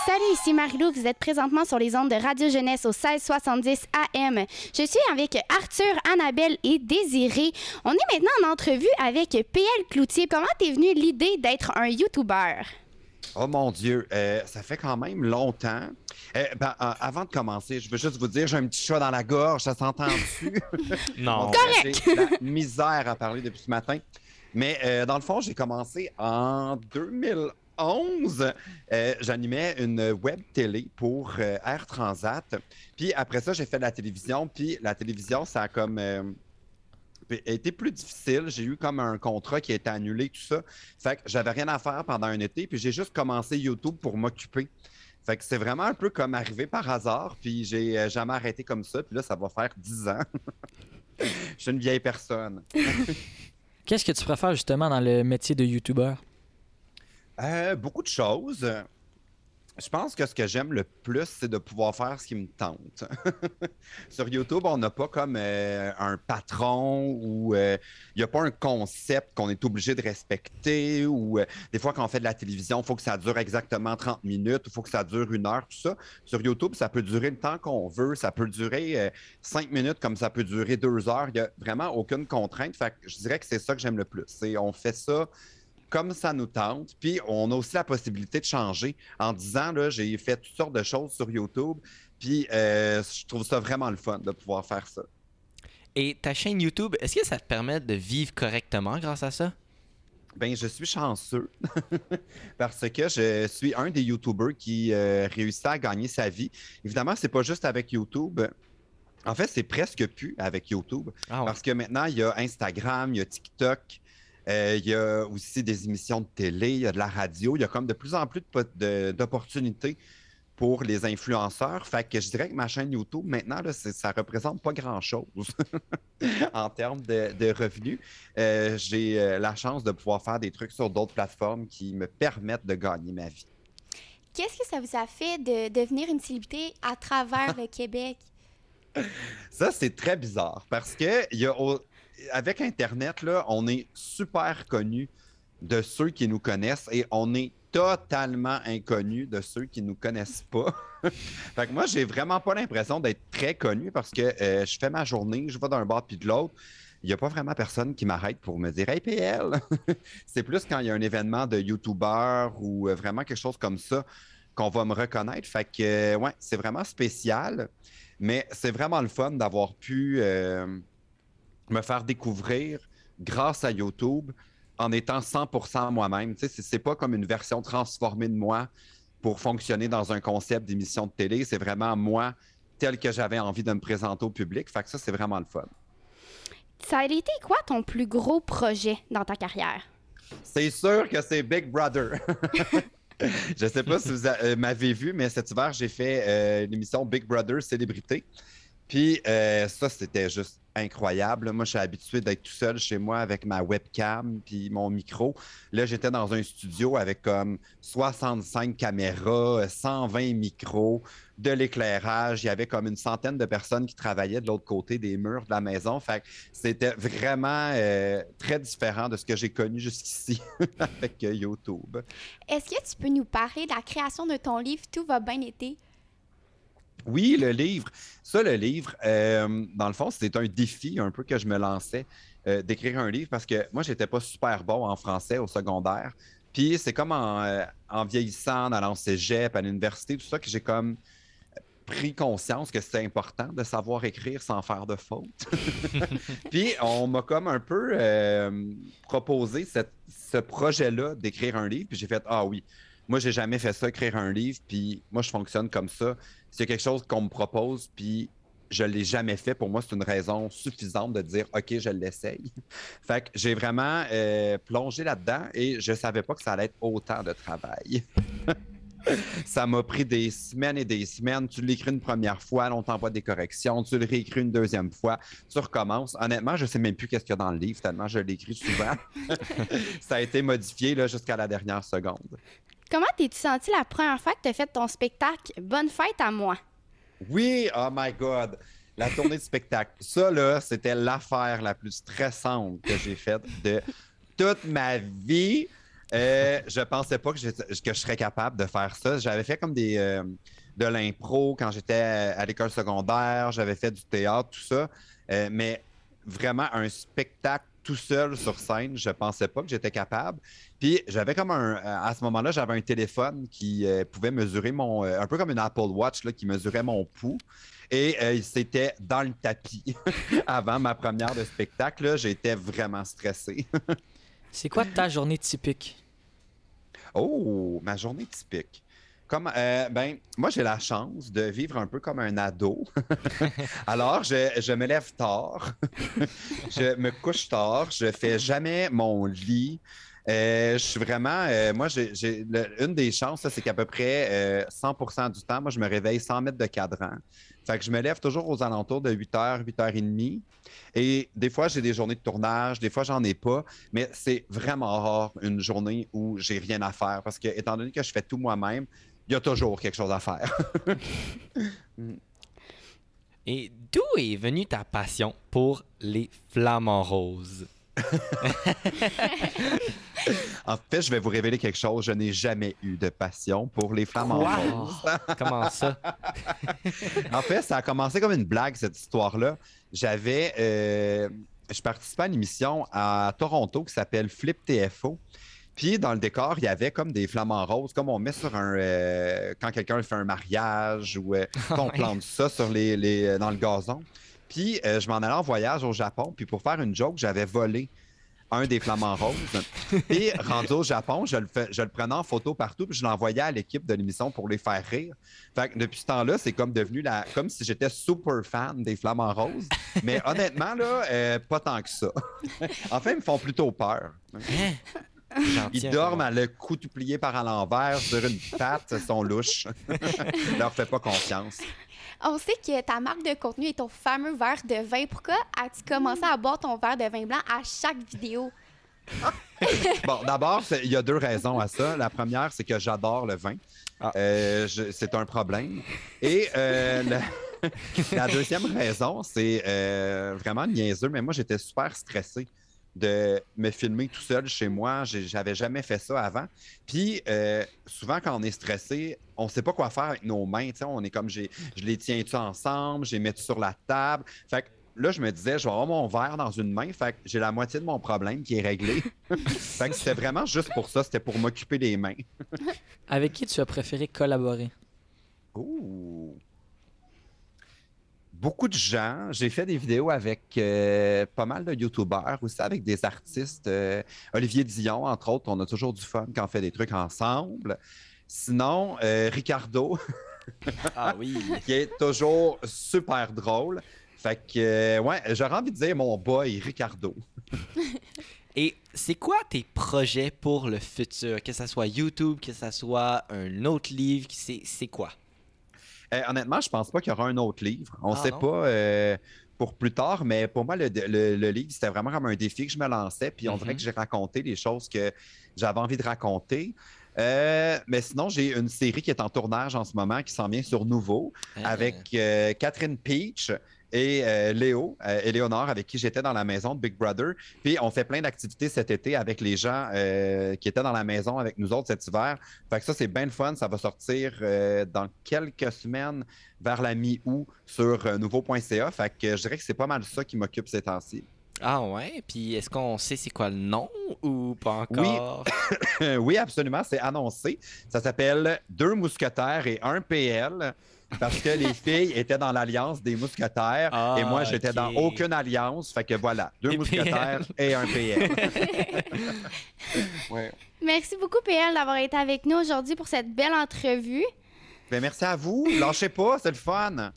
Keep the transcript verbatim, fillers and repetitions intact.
Salut, ici Marie-Lou, vous êtes présentement sur les ondes de Radio Jeunesse au seize soixante-dix A M. Je suis avec Arthur, Annabelle et Désiré. On est maintenant en entrevue avec P L Cloutier. Comment t'es venue l'idée d'être un YouTuber? Oh mon Dieu, euh, ça fait quand même longtemps. Euh, ben, euh, avant de commencer, je veux juste vous dire, j'ai un petit chat dans la gorge, ça s'entend dessus? Non. Correct! J'ai la misère à parler depuis ce matin. Mais euh, dans le fond, j'ai commencé en deux mille onze. Euh, j'animais une web télé pour euh, Air Transat. Puis après ça, j'ai fait de la télévision. Puis la télévision, ça a comme... Euh, a été plus difficile. J'ai eu comme un contrat qui a été annulé, tout ça. Fait que j'avais rien à faire pendant un été, puis j'ai juste commencé YouTube pour m'occuper. Fait que c'est vraiment un peu comme arrivé par hasard, puis j'ai euh, jamais arrêté comme ça, puis là, ça va faire dix ans. Je suis une vieille personne. Qu'est-ce que tu préfères justement dans le métier de YouTuber? Euh, beaucoup de choses. Je pense que ce que j'aime le plus, c'est de pouvoir faire ce qui me tente. Sur YouTube, on n'a pas comme euh, un patron ou il euh, n'y a pas un concept qu'on est obligé de respecter ou euh, des fois, quand on fait de la télévision, il faut que ça dure exactement trente minutes, il faut que ça dure une heure, tout ça. Sur YouTube, ça peut durer le temps qu'on veut, ça peut durer euh, cinq minutes comme ça peut durer deux heures. Il n'y a vraiment aucune contrainte. Fait que je dirais que c'est ça que j'aime le plus. C'est, on fait ça comme ça nous tente. Puis, on a aussi la possibilité de changer. En dix ans, là, j'ai fait toutes sortes de choses sur YouTube. Puis, euh, je trouve ça vraiment le fun de pouvoir faire ça. Et ta chaîne YouTube, est-ce que ça te permet de vivre correctement grâce à ça? Bien, je suis chanceux parce que je suis un des YouTubers qui euh, réussit à gagner sa vie. Évidemment, c'est pas juste avec YouTube. En fait, c'est presque plus avec YouTube. Ah ouais. Parce que maintenant, il y a Instagram, il y a TikTok. Euh, il y a aussi des émissions de télé, il y a de la radio, il y a comme de plus en plus de, de, d'opportunités pour les influenceurs. Fait que je dirais que ma chaîne YouTube, maintenant, là, c'est, ça représente pas grand-chose en termes de, de revenus. Euh, j'ai euh, la chance de pouvoir faire des trucs sur d'autres plateformes qui me permettent de gagner ma vie. Qu'est-ce que ça vous a fait de devenir une célébrité à travers le Québec? Ça, c'est très bizarre parce que il y a... Avec Internet, là, on est super connu de ceux qui nous connaissent et on est totalement inconnu de ceux qui nous connaissent pas. Fait que moi, j'ai vraiment pas l'impression d'être très connu parce que euh, je fais ma journée, je vais d'un bord puis de l'autre. Il n'y a pas vraiment personne qui m'arrête pour me dire « Hey, P L! » C'est plus quand il y a un événement de YouTuber ou euh, vraiment quelque chose comme ça qu'on va me reconnaître. Fait que, euh, ouais, c'est vraiment spécial, mais c'est vraiment le fun d'avoir pu... Euh, me faire découvrir grâce à YouTube en étant cent pour cent moi-même. Tu sais, c'est, c'est pas comme une version transformée de moi pour fonctionner dans un concept d'émission de télé. C'est vraiment moi tel que j'avais envie de me présenter au public. Fait que ça, c'est vraiment le fun. Ça a été quoi ton plus gros projet dans ta carrière? C'est sûr que c'est Big Brother. Je sais pas si vous a, euh, m'avez vu, mais cet hiver, j'ai fait euh, l'émission Big Brother Célébrité. Puis euh, ça, c'était juste incroyable. Moi, je suis habitué d'être tout seul chez moi avec ma webcam puis mon micro. Là, j'étais dans un studio avec comme soixante-cinq caméras, cent vingt micros, de l'éclairage. Il y avait comme une centaine de personnes qui travaillaient de l'autre côté des murs de la maison. Fait que c'était vraiment euh, très différent de ce que j'ai connu jusqu'ici avec euh, YouTube. Est-ce que tu peux nous parler de la création de ton livre « Tout va bien été ». Oui, le livre. Ça, le livre, euh, dans le fond, c'était un défi un peu que je me lançais euh, d'écrire un livre parce que moi, j'étais pas super bon en français au secondaire. Puis c'est comme en, euh, en vieillissant, en allant au cégep, à l'université, tout ça, que j'ai comme pris conscience que c'était important de savoir écrire sans faire de fautes. Puis on m'a comme un peu euh, proposé cette, ce projet-là d'écrire un livre. Puis j'ai fait « Ah oui, moi, j'ai jamais fait ça, écrire un livre. Puis moi, je fonctionne comme ça. S'il y a quelque chose qu'on me propose, puis je l'ai jamais fait, pour moi, c'est une raison suffisante de dire « OK, je l'essaye. » Fait que j'ai vraiment euh, plongé là-dedans et je savais pas que ça allait être autant de travail. Ça m'a pris des semaines et des semaines. Tu l'écris une première fois, on t'envoie des corrections, tu le réécris une deuxième fois, tu recommences. Honnêtement, je sais même plus qu'est-ce qu'il y a dans le livre, tellement je l'écris souvent. Ça a été modifié là, jusqu'à la dernière seconde. Comment t'es-tu senti la première fois que tu as fait ton spectacle « Bonne fête à moi » ? Oui, oh my God! La tournée de spectacle. Ça, là, c'était l'affaire la plus stressante que j'ai faite de toute ma vie. Euh, je pensais pas que, j'étais- que je serais capable de faire ça. J'avais fait comme des euh, de l'impro quand j'étais à l'école secondaire, j'avais fait du théâtre, tout ça. Euh, mais vraiment un spectacle tout seul sur scène, je pensais pas que j'étais capable. Puis j'avais comme un à ce moment-là, j'avais un téléphone qui euh, pouvait mesurer mon euh, un peu comme une Apple Watch là, qui mesurait mon pouls. Et euh, c'était dans le tapis avant ma première de spectacle. Là, j'étais vraiment stressé. C'est quoi ta journée typique? Oh, ma journée typique. Comme, euh, ben, moi, j'ai la chance de vivre un peu comme un ado. Alors, je, je me lève tard, je me couche tard, je fais jamais mon lit. Euh, je suis vraiment, euh, moi, j'ai, j'ai le- une des chances, là, c'est qu'à peu près euh, cent pour cent du temps, moi, je me réveille cent mètres de cadran. Fait que je me lève toujours aux alentours de huit heures, huit heures trente. Et des fois, j'ai des journées de tournage, des fois, j'en ai pas. Mais c'est vraiment rare une journée où j'ai rien à faire parce que, étant donné que je fais tout moi-même, il y a toujours quelque chose à faire. Et d'où est venue ta passion pour les flamants roses? En fait, je vais vous révéler quelque chose. Je n'ai jamais eu de passion pour les flamants Quoi? roses. Comment ça? En fait, ça a commencé comme une blague, cette histoire-là. J'avais... euh, je participais à une émission à Toronto qui s'appelle Flip T F O. Puis, dans le décor, il y avait comme des flamants roses, comme on met sur un... euh, quand quelqu'un fait un mariage ou euh, qu'on plante ça sur les, les, dans le gazon. Puis, euh, je m'en allais en voyage au Japon. Puis, pour faire une joke, j'avais volé un des flamants roses. Puis, rendu au Japon, je le, fais, je le prenais en photo partout, puis je l'envoyais à l'équipe de l'émission pour les faire rire. Fait que depuis ce temps-là, c'est comme devenu la, comme si j'étais super fan des flamants roses. Mais honnêtement, là, euh, pas tant que ça. En fait, ils me font plutôt peur. Hein? J'en Ils tiens dorment pas. à le cou tout plié par à l'envers sur une patte, ils sont louches. Je leur fais pas confiance. On sait que ta marque de contenu est ton fameux verre de vin. Pourquoi as-tu commencé à boire ton verre de vin blanc à chaque vidéo? Bon, d'abord, c'est- il y a deux raisons à ça. La première, c'est que j'adore le vin. Ah. Euh, je- c'est un problème. Et euh, la, la deuxième raison, c'est euh, vraiment niaiseux, mais moi, j'étais super stressé de me filmer tout seul chez moi. J'ai- J'avais jamais fait ça avant. Puis, euh, souvent, quand on est stressé, on sait pas quoi faire avec nos mains. Tu sais, on est comme, j'ai- je les tiens-tu ensemble, je les mets sur la table. Fait que là, je me disais, je vais avoir mon verre dans une main. Fait que j'ai la moitié de mon problème qui est réglé. Fait que c'était vraiment juste pour ça. C'était pour m'occuper des mains. Avec qui tu as préféré collaborer? Ouh. Beaucoup de gens. J'ai fait des vidéos avec euh, pas mal de YouTubeurs, aussi avec des artistes. euh, Olivier Dion, entre autres, on a toujours du fun quand on fait des trucs ensemble. Sinon, euh, Ricardo, Ah oui. qui est toujours super drôle. Fait que, euh, ouais, j'aurais envie de dire mon boy Ricardo. Et c'est quoi tes projets pour le futur? Que ça soit YouTube, que ça soit un autre livre, c'est c'est quoi? Euh, honnêtement, je pense pas qu'il y aura un autre livre. On Ah, sait non? pas euh, pour plus tard, mais pour moi, le, le- le livre, c'était vraiment comme un défi que je me lançais. Puis on dirait Mhm. que j'ai raconté les choses que j'avais envie de raconter. Euh, mais sinon, j'ai une série qui est en tournage en ce moment qui s'en vient sur Nouveau Ah. avec euh, Catherine Peach et euh, Léo, euh, Éléonore, avec qui j'étais dans la maison de Big Brother. Puis on fait plein d'activités cet été avec les gens euh, qui étaient dans la maison avec nous autres cet hiver. Fait que ça, c'est bien le fun. Ça va sortir euh, dans quelques semaines vers la mi-août sur euh, nouveau point c a. Fait que je dirais que c'est pas mal ça qui m'occupe ces temps-ci. Ah ouais? Puis est-ce qu'on sait c'est quoi le nom ou pas encore? Oui, absolument, c'est annoncé. Ça s'appelle Deux mousquetaires et un P L. Parce que les filles étaient dans l'alliance des mousquetaires Ah, et moi, j'étais ok. dans aucune alliance. Fait que voilà, deux Et mousquetaires et un P L. Ouais. Merci beaucoup, P L, d'avoir été avec nous aujourd'hui pour cette belle entrevue. Ben, merci à vous. Lâchez pas, c'est le fun.